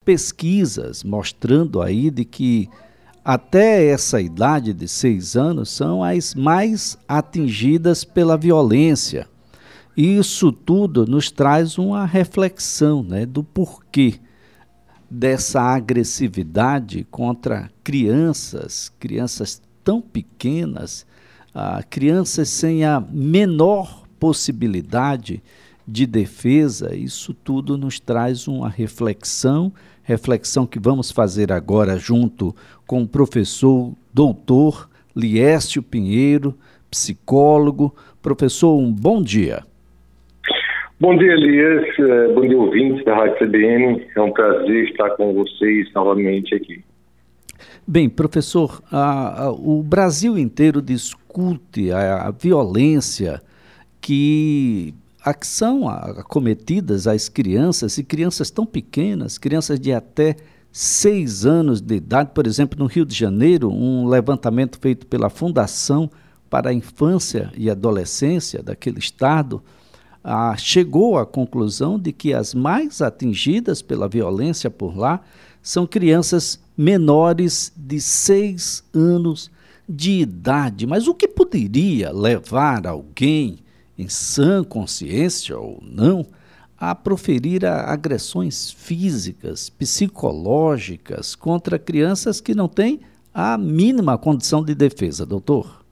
pesquisas mostrando aí de que até essa idade de 6 anos são as mais atingidas pela violência. Isso tudo nos traz uma reflexão, né, do porquê dessa agressividade contra crianças tão pequenas, crianças sem a menor possibilidade de defesa. Isso tudo nos traz uma reflexão que vamos fazer agora junto com o professor doutor Liésio Pinheiro, psicólogo. Professor, um bom dia. Bom dia, Elias. Bom dia, ouvintes da Rádio CBN. É um prazer estar com vocês novamente aqui. Bem, professor, o Brasil inteiro discute a violência que são acometidas às crianças, e crianças tão pequenas, crianças de até 6 anos de idade. Por exemplo, no Rio de Janeiro, um levantamento feito pela Fundação para a Infância e Adolescência daquele estado chegou à conclusão de que as mais atingidas pela violência por lá são crianças menores de 6 anos de idade. Mas o que poderia levar alguém, em sã consciência ou não, a proferir agressões físicas, psicológicas contra crianças que não têm a mínima condição de defesa, doutor?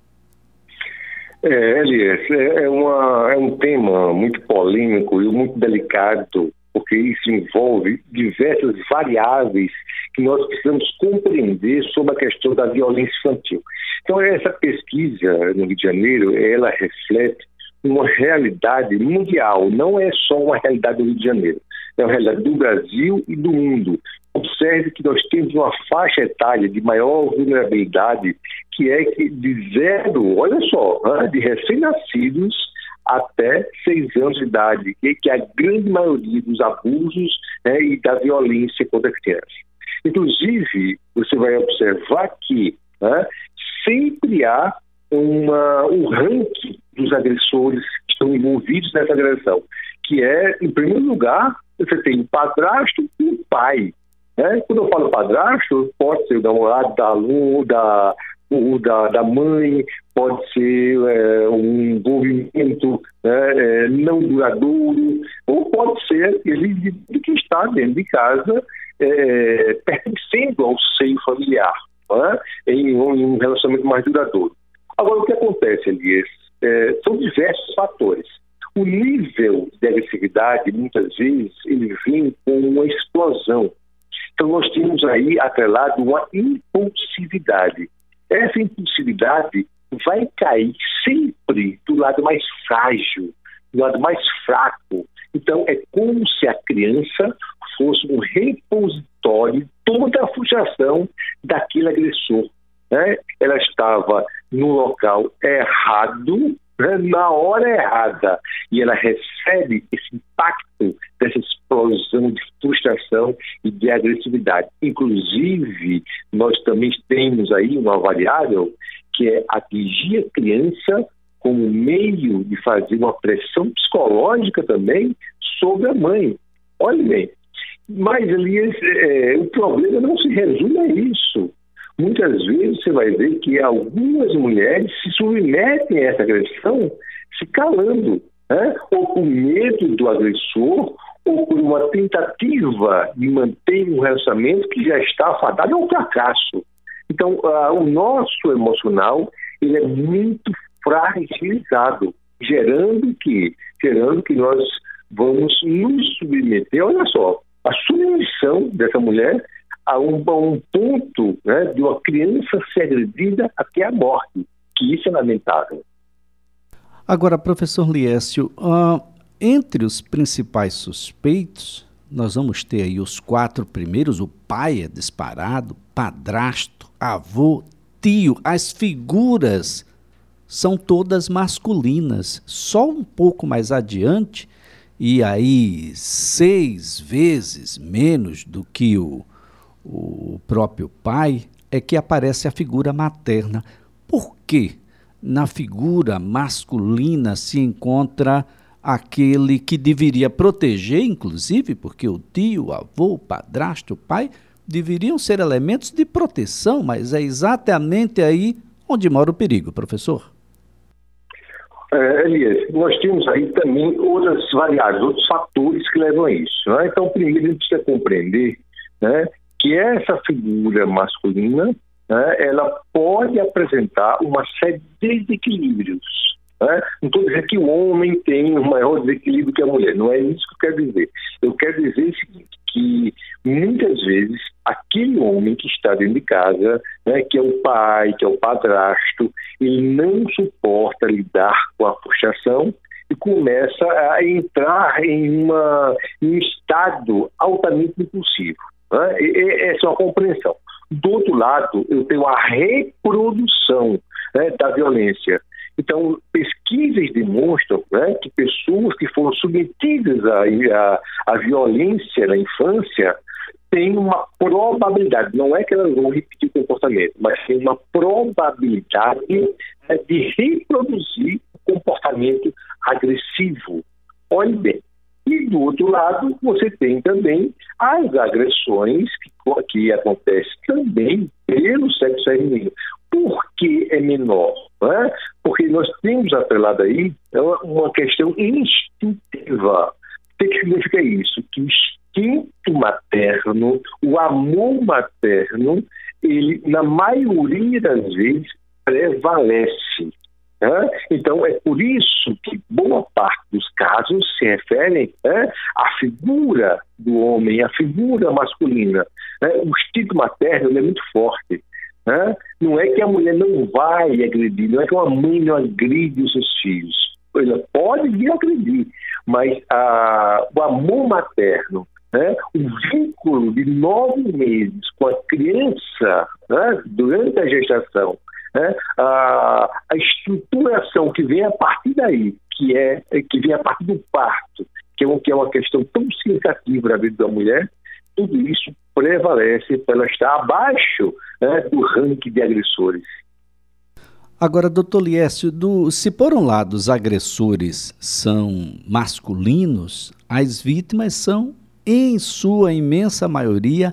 Elias, é um tema muito polêmico e muito delicado, porque isso envolve diversas variáveis que nós precisamos compreender sobre a questão da violência infantil. Então, essa pesquisa no Rio de Janeiro, ela reflete uma realidade mundial, não é só uma realidade do Rio de Janeiro, é uma realidade do Brasil e do mundo. Observe que nós temos uma faixa etária de maior vulnerabilidade, que é de 0, olha só, de recém-nascidos até 6 anos de idade, que é a grande maioria dos abusos, e da violência contra as crianças. Inclusive, você vai observar que sempre há um ranking dos agressores que estão envolvidos nessa agressão, que é, em primeiro lugar, você tem o padrasto e o pai. Quando eu falo padrasto, pode ser o namorado da mãe, pode ser um envolvimento não duradouro, ou pode ser aquele indivíduo que está dentro de casa pertencendo ao seio familiar, em um relacionamento mais duradouro. Agora, o que acontece, Elias? São diversos fatores. O nível de agressividade, muitas vezes, ele vem com uma explosão. Então, nós temos aí atrelado uma impulsividade. Essa impulsividade vai cair sempre do lado mais frágil, do lado mais fraco. Então, é como se a criança fosse um repositório de toda a frustração daquele agressor. Ela estava no local errado, na hora errada, e ela recebe esse impacto dessa explosão de frustração e de agressividade. Inclusive, nós também temos aí uma variável que é atingir a criança como meio de fazer uma pressão psicológica também sobre a mãe. Olha bem, mas, Elias, o problema não se resume a isso. Muitas vezes você vai ver que algumas mulheres se submetem a essa agressão se calando, ou com medo do agressor, ou por uma tentativa de manter um relacionamento que já está fadado ao fracasso. Então, o nosso emocional ele é muito fragilizado, gerando que nós vamos nos submeter, olha só, a submissão dessa mulher a um ponto de uma criança ser agredida até a morte, que isso é lamentável. Agora, professor Liésio, entre os principais suspeitos, nós vamos ter aí os 4 primeiros: o pai é disparado, padrasto, avô, tio. As figuras são todas masculinas. Só um pouco mais adiante, e aí 6 vezes menos do que o próprio pai, é que aparece a figura materna. Por que na figura masculina se encontra aquele que deveria proteger, inclusive, porque o tio, o avô, o padrasto, o pai, deveriam ser elementos de proteção, mas é exatamente aí onde mora o perigo, professor. Elias, nós temos aí também outras variáveis, outros fatores que levam a isso. Né? Então, primeiro, a gente precisa compreender, né, que essa figura masculina, né, ela pode apresentar uma série de desequilíbrios. Né? Não estou dizendo que o homem tem um maior desequilíbrio que a mulher, não é isso que eu quero dizer. Eu quero dizer o seguinte, que muitas vezes aquele homem que está dentro de casa, né, que é o pai, que é o padrasto, ele não suporta lidar com a frustração e começa a entrar em um estado altamente impulsivo. Né? Essa é uma compreensão. Do outro lado, eu tenho a reprodução, né, da violência. Então, pesquisas demonstram, né, que pessoas que foram submetidas à violência na infância têm uma probabilidade, não é que elas vão repetir o comportamento, mas tem uma probabilidade, né, de reproduzir o comportamento agressivo. Olhe bem. E do outro lado, você tem também as agressões que acontecem também pelo sexo feminino. Por que é menor? Né? Porque nós temos atrelado aí uma questão instintiva. O que significa isso? Que o instinto materno, o amor materno, ele, na maioria das vezes, prevalece. Né? Então, é por isso que boa parte dos casos se referem, né, à figura do homem, à figura masculina. Né? O instinto materno é muito forte. Né? Não é que a mulher não vai agredir, não é que uma mãe não agride os seus filhos. Ela pode vir agredir, mas o amor materno, né, o vínculo de 9 meses com a criança, né, durante a gestação, né, a estruturação que vem a partir daí, que vem a partir do parto, que é uma questão tão significativa na vida da mulher, tudo isso prevalece para ela estar abaixo, né, do ranking de agressores. Agora, doutor Liécio, se por um lado os agressores são masculinos, as vítimas são, em sua imensa maioria,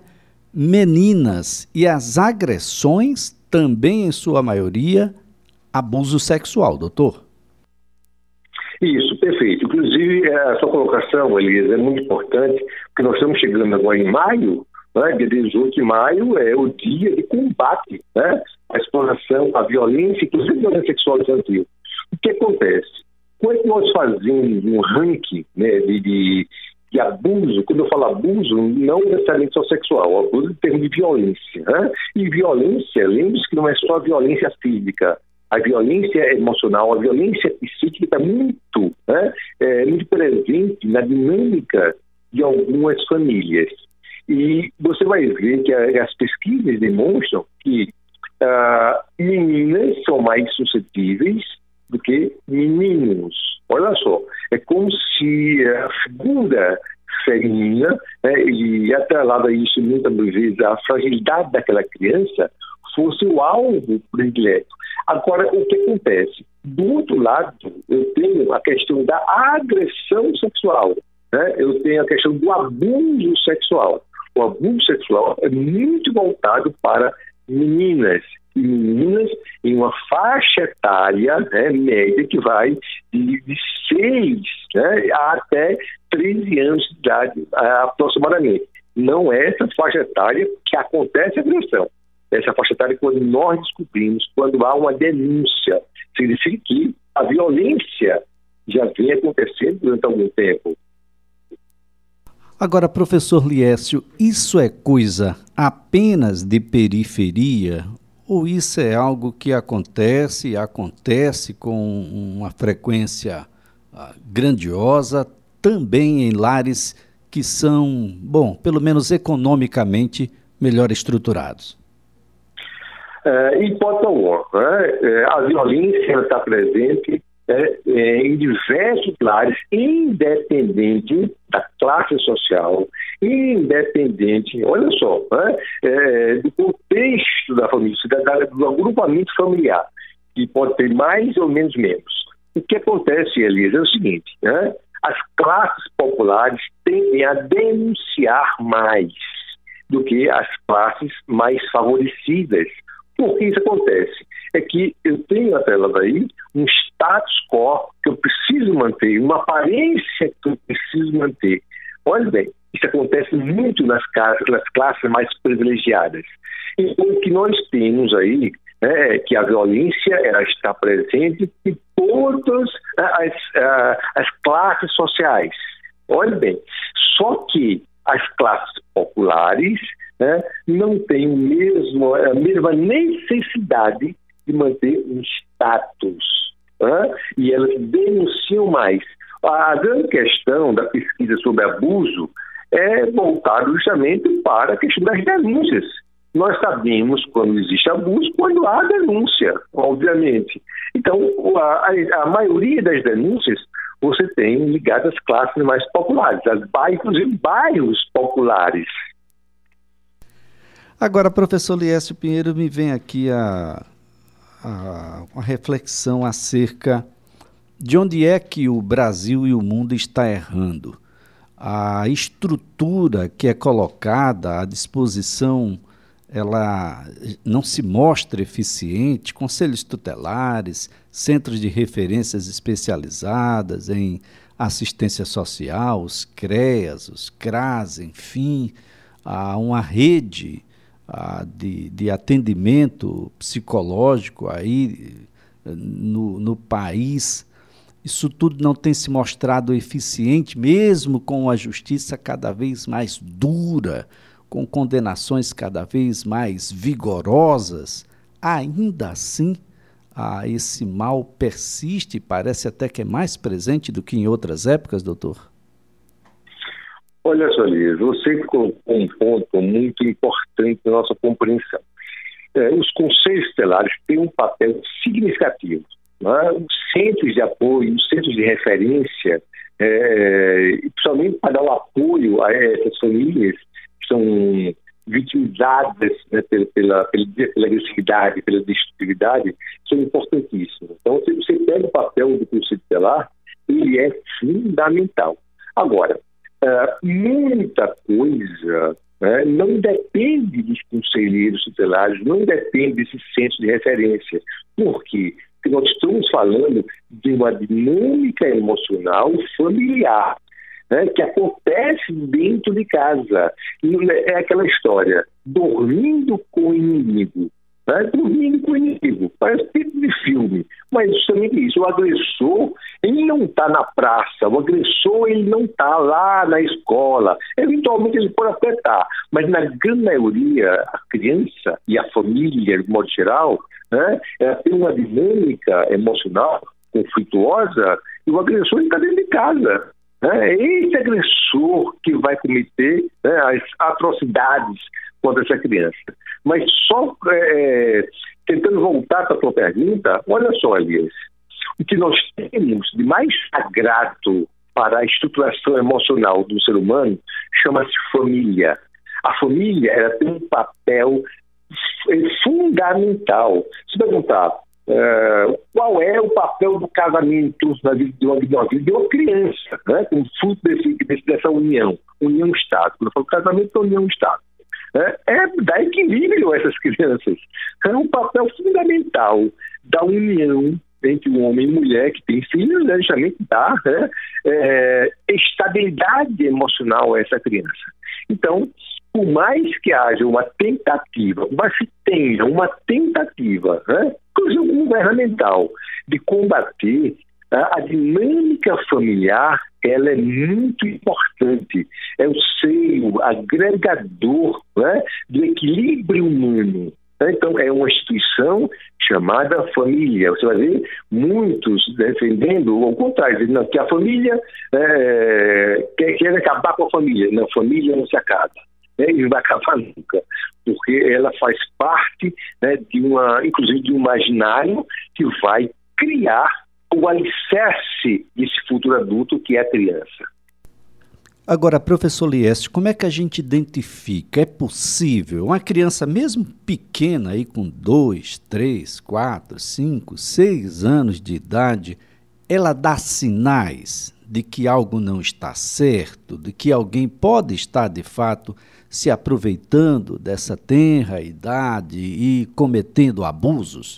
meninas. E as agressões, também em sua maioria, abuso sexual, doutor? Isso, perfeito. Inclusive, a sua colocação, Elias, é muito importante, porque nós estamos chegando agora em maio, né, dia 18 de maio é o dia de combate, né, à exploração, à violência, inclusive violência sexual infantil. O que acontece? Quando nós fazemos um ranking, né, de abuso, quando eu falo abuso, não necessariamente só sexual, abuso em termos de violência. Né? E violência, lembre-se que não é só a violência física, a violência emocional, a violência psíquica está muito, né, muito presente na dinâmica de algumas famílias. E você vai ver que as pesquisas demonstram que meninas são mais suscetíveis do que meninos. Olha só, é como se a figura feminina, né, e atrelada a isso muitas vezes a fragilidade daquela criança, fosse o alvo predileto. Agora, o que acontece? Do outro lado, eu tenho a questão da agressão sexual, né? Eu tenho a questão do abuso sexual. O abuso sexual é muito voltado para meninas, e meninas em uma faixa etária, né, média, que vai de 6, né, até 13 anos de idade, aproximadamente. Não é essa faixa etária que acontece a agressão. Essa faixa etária, quando nós descobrimos, quando há uma denúncia, significa que a violência já vem acontecendo durante algum tempo. Agora, professor Liécio, isso é coisa apenas de periferia ou isso é algo que acontece com uma frequência grandiosa também em lares que são, bom, pelo menos economicamente melhor estruturados? Hipótese alguma, né? A violência está presente em diversos lares, independente da classe social, independente, olha só, né, do contexto da família, do agrupamento familiar, que pode ter mais ou menos membros. O que acontece, Elisa, é o seguinte, né? as classes populares tendem a denunciar mais do que as classes mais favorecidas. Por que isso acontece? É que eu tenho até lá daí um status quo que eu preciso manter, uma aparência que eu preciso manter. Olha bem, isso acontece muito nas classes mais privilegiadas. Então, o que nós temos aí é que a violência ela está presente em todas as classes sociais. Olha bem, só que as classes populares não têm a mesma necessidade de manter um status, e elas denunciam mais. A grande questão da pesquisa sobre abuso é voltada justamente para a questão das denúncias. Nós sabemos quando existe abuso, quando há denúncia, obviamente. Então, a maioria das denúncias você tem ligado às classes mais populares, inclusive bairros populares. Agora, professor Liésio Pinheiro, me vem aqui uma reflexão acerca de onde é que o Brasil e o mundo está errando. A estrutura que é colocada à disposição, ela não se mostra eficiente, conselhos tutelares, centros de referências especializadas em assistência social, os CREAS, os CRAS, enfim, há uma rede de atendimento psicológico aí no país. Isso tudo não tem se mostrado eficiente, mesmo com a justiça cada vez mais dura, com condenações cada vez mais vigorosas. Ainda assim, esse mal persiste e parece até que é mais presente do que em outras épocas, doutor? Olha só, Liz, você colocou um ponto muito importante na nossa compreensão. Os conselhos tutelares têm um papel significativo. Os centros de apoio, os centros de referência, principalmente para dar o apoio a essas famílias que são vitimizadas pela agressividade, pela destrutividade, são importantíssimos. Então, se você pega o papel do conselho tutelar, ele é fundamental. Agora, muita coisa não depende dos conselheiros tutelares, não depende desses centros de referência. Por quê? Porque nós estamos falando de uma dinâmica emocional familiar, que acontece dentro de casa. É aquela história, dormindo com o inimigo. Dormindo com o inimigo, parece tipo de filme, mas justamente isso, o agressor, ele não está na praça, o agressor, ele não está lá na escola, eventualmente ele pode até estar, mas na grande maioria, a criança e a família, de modo geral, ela tem uma dinâmica emocional conflituosa e o agressor está dentro de casa. É esse agressor que vai cometer as atrocidades contra essa criança. Mas só tentando voltar para a tua pergunta, olha só, Elias, o que nós temos de mais sagrado para a estruturação emocional do ser humano chama-se família. A família ela tem um papel fundamental. Se perguntar qual é o papel do casamento na vida de uma criança, como fruto dessa união Estado. Quando eu falo casamento, é união Estado. É dar equilíbrio a essas crianças. É um papel fundamental da união entre um homem e mulher que tem filhos, justamente dar estabilidade emocional a essa criança. Então, por mais que haja uma tentativa, mas se tenha uma tentativa, inclusive governamental, de combater a dinâmica familiar, ela é muito importante. É o seio agregador do equilíbrio humano. Então, é uma instituição chamada família. Você vai ver muitos defendendo, ao contrário, dizendo que a família quer acabar com a família. Não, a família não se acaba. E não vai acabar nunca, porque ela faz parte inclusive de um imaginário que vai criar o alicerce desse futuro adulto que é a criança. Agora, professor Liésio, como é que a gente identifica? É possível uma criança, mesmo pequena, aí com 2, 3, 4, 5, 6 anos de idade, ela dá sinais de que algo não está certo, de que alguém pode estar, de fato, se aproveitando dessa tenra idade e cometendo abusos?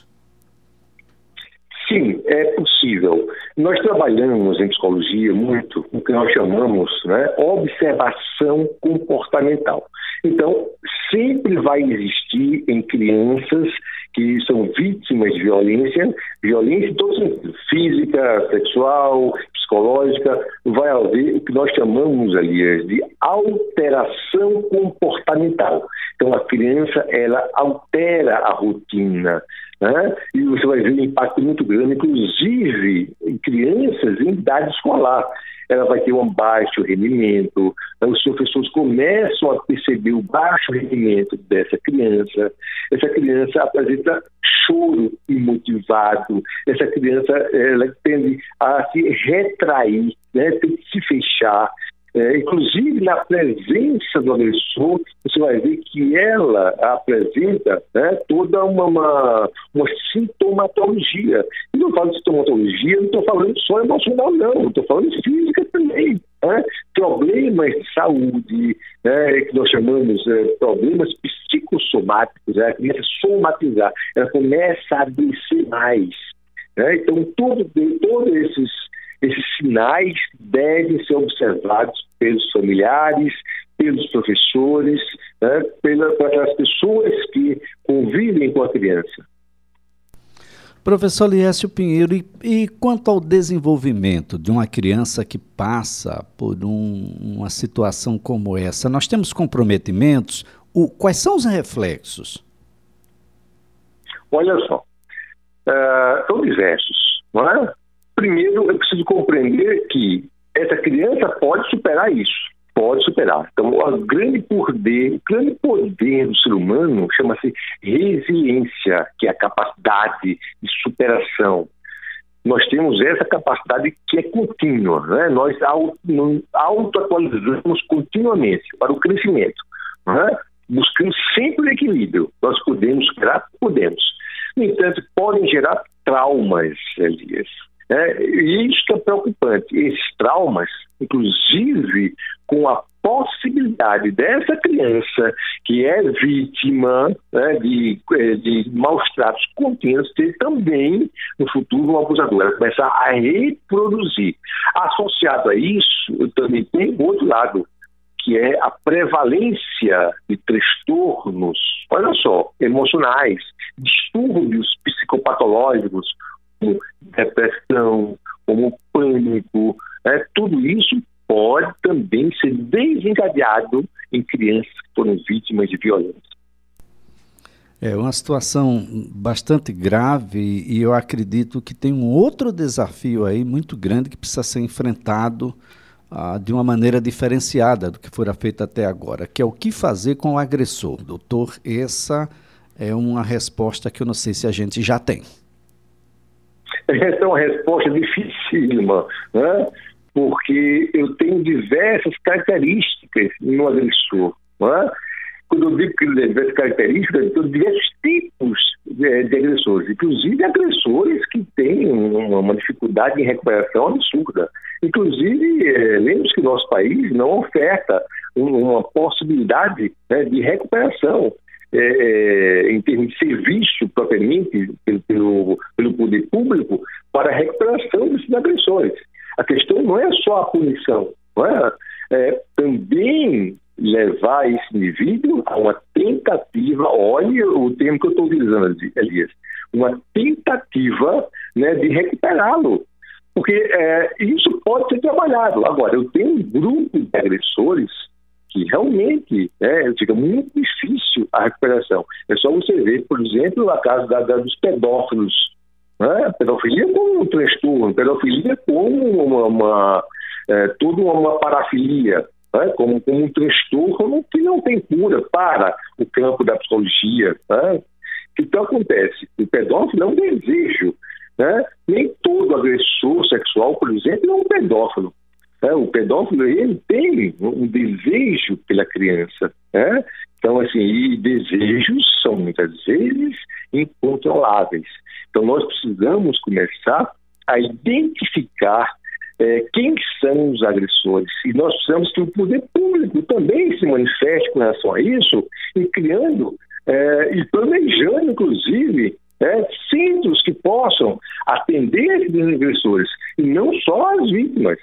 Sim, é possível. Nós trabalhamos em psicologia muito o que nós chamamos, né, observação comportamental. Então, sempre vai existir em crianças que são vítimas de violência em todos os sentidos, física, sexual, psicológica, vai haver o que nós chamamos, aliás, de alteração comportamental. Então, a criança, ela altera a rotina, né? E você vai ver um impacto muito grande, inclusive em crianças em idade escolar. Ela vai ter um baixo rendimento, os professores começam a perceber o baixo rendimento dessa criança. Essa criança apresenta choro imotivado, essa criança ela tende a se retrair, né? Tem que se fechar. Inclusive, na presença do agressor, você vai ver que ela apresenta, né, toda uma sintomatologia. E não falo de sintomatologia, não estou falando só emocional, não. Estou falando de física também. Né? Problemas de saúde, né, que nós chamamos problemas psicossomáticos, né? A criança somatizar, ela começa a adoecer mais. Né? Então, todos esses sinais devem ser observados pelos familiares, pelos professores, né, pelas pessoas que convivem com a criança. Professor Liésio Pinheiro, e quanto ao desenvolvimento de uma criança que passa por uma situação como essa, nós temos comprometimentos? Quais são os reflexos? Olha só, são diversos, não é? Primeiro, eu preciso compreender que essa criança pode superar isso, pode superar. Então, o grande poder do ser humano chama-se resiliência, que é a capacidade de superação. Nós temos essa capacidade que é contínua, né? Nós auto-atualizamos continuamente para o crescimento, né? Buscando sempre o equilíbrio. Nós podemos superar? Podemos. No entanto, podem gerar traumas, Elias. E isso é preocupante. Esses traumas, inclusive com a possibilidade dessa criança que é vítima, né, de maus tratos contínuos, ter também no futuro um abusador. Ela começa a reproduzir. Associado a isso, também tem o outro lado, que é a prevalência de transtornos, olha só, emocionais, distúrbios psicopatológicos, como depressão, como pânico, né? Tudo isso pode também ser desencadeado em crianças que foram vítimas de violência. É uma situação bastante grave e eu acredito que tem um outro desafio aí muito grande que precisa ser enfrentado de uma maneira diferenciada do que fora feito até agora, que é o que fazer com o agressor. Doutor, essa é uma resposta que eu não sei se a gente já tem. Essa é uma resposta dificílima, né? Porque eu tenho diversas características no agressor. Né? Quando eu digo que ele tem diversas características, eu tenho diversos tipos de agressores, inclusive agressores que têm uma dificuldade em recuperação absurda. Inclusive, lembre-se que o nosso país não oferta uma possibilidade, né, de recuperação. Em termos de serviço propriamente pelo poder público para a recuperação desses agressores. A questão não é só a punição, não é? Também levar esse indivíduo a uma tentativa, olha o termo que eu estou utilizando, Elias, uma tentativa, né, de recuperá-lo. Porque isso pode ser trabalhado. Agora, eu tenho um grupo de agressores que realmente fica muito difícil a recuperação. É só você ver, por exemplo, a caso dos pedófilos. Né? Pedofilia como um transtorno, pedofilia como toda uma parafilia, né? como um transtorno que não tem cura para o campo da psicologia. Né? Então acontece, o pedófilo é um desejo. Né? Nem todo agressor sexual, por exemplo, é um pedófilo. O pedófilo, ele tem um desejo pela criança, né? Então, assim, e desejos são muitas vezes incontroláveis. Então, nós precisamos começar a identificar quem são os agressores. E nós precisamos que o poder público também se manifeste com relação a isso, e criando e planejando, inclusive, centros que possam atender esses agressores, e não só as vítimas.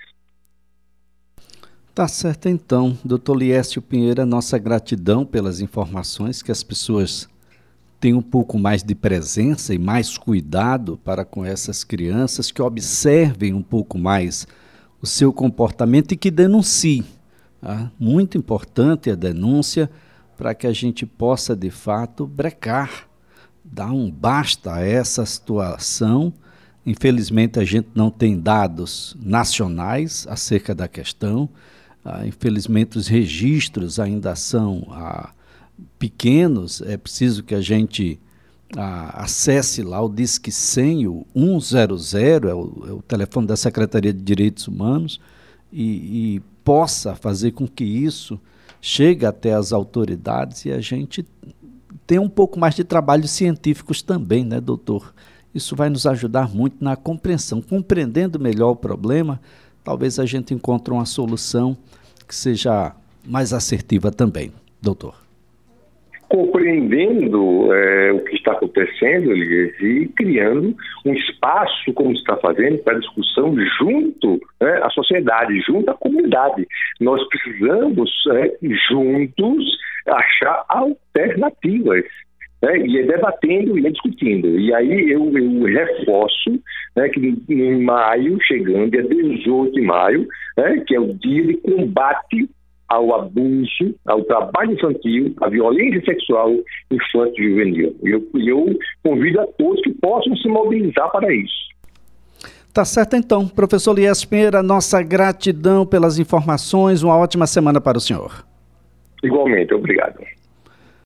Tá certo então, doutor Liésio Pinheira, nossa gratidão pelas informações, que as pessoas tenham um pouco mais de presença e mais cuidado para com essas crianças, que observem um pouco mais o seu comportamento e que denunciem. Tá? Muito importante a denúncia para que a gente possa, de fato, brecar, dar um basta a essa situação. Infelizmente, a gente não tem dados nacionais acerca da questão. Infelizmente, os registros ainda são pequenos. É preciso que a gente acesse lá o Disque 100, o 100, é o telefone da Secretaria de Direitos Humanos, e possa fazer com que isso chegue até as autoridades e a gente tenha um pouco mais de trabalhos científicos também, né, doutor? Isso vai nos ajudar muito na compreensão. Compreendendo melhor o problema, talvez a gente encontre uma solução que seja mais assertiva também, doutor. Compreendendo o que está acontecendo, Elias, e criando um espaço, como se está fazendo, para discussão junto à sociedade, junto à comunidade. Nós precisamos, juntos, achar alternativas. E debatendo e discutindo. E aí eu reforço que em maio, chegando, dia 18 de maio, que é o dia de combate ao abuso, ao trabalho infantil, à violência sexual infantil e juvenil. E eu convido a todos que possam se mobilizar para isso. Tá certo então. Professor Liésio Pinheira, nossa gratidão pelas informações. Uma ótima semana para o senhor. Igualmente, obrigado.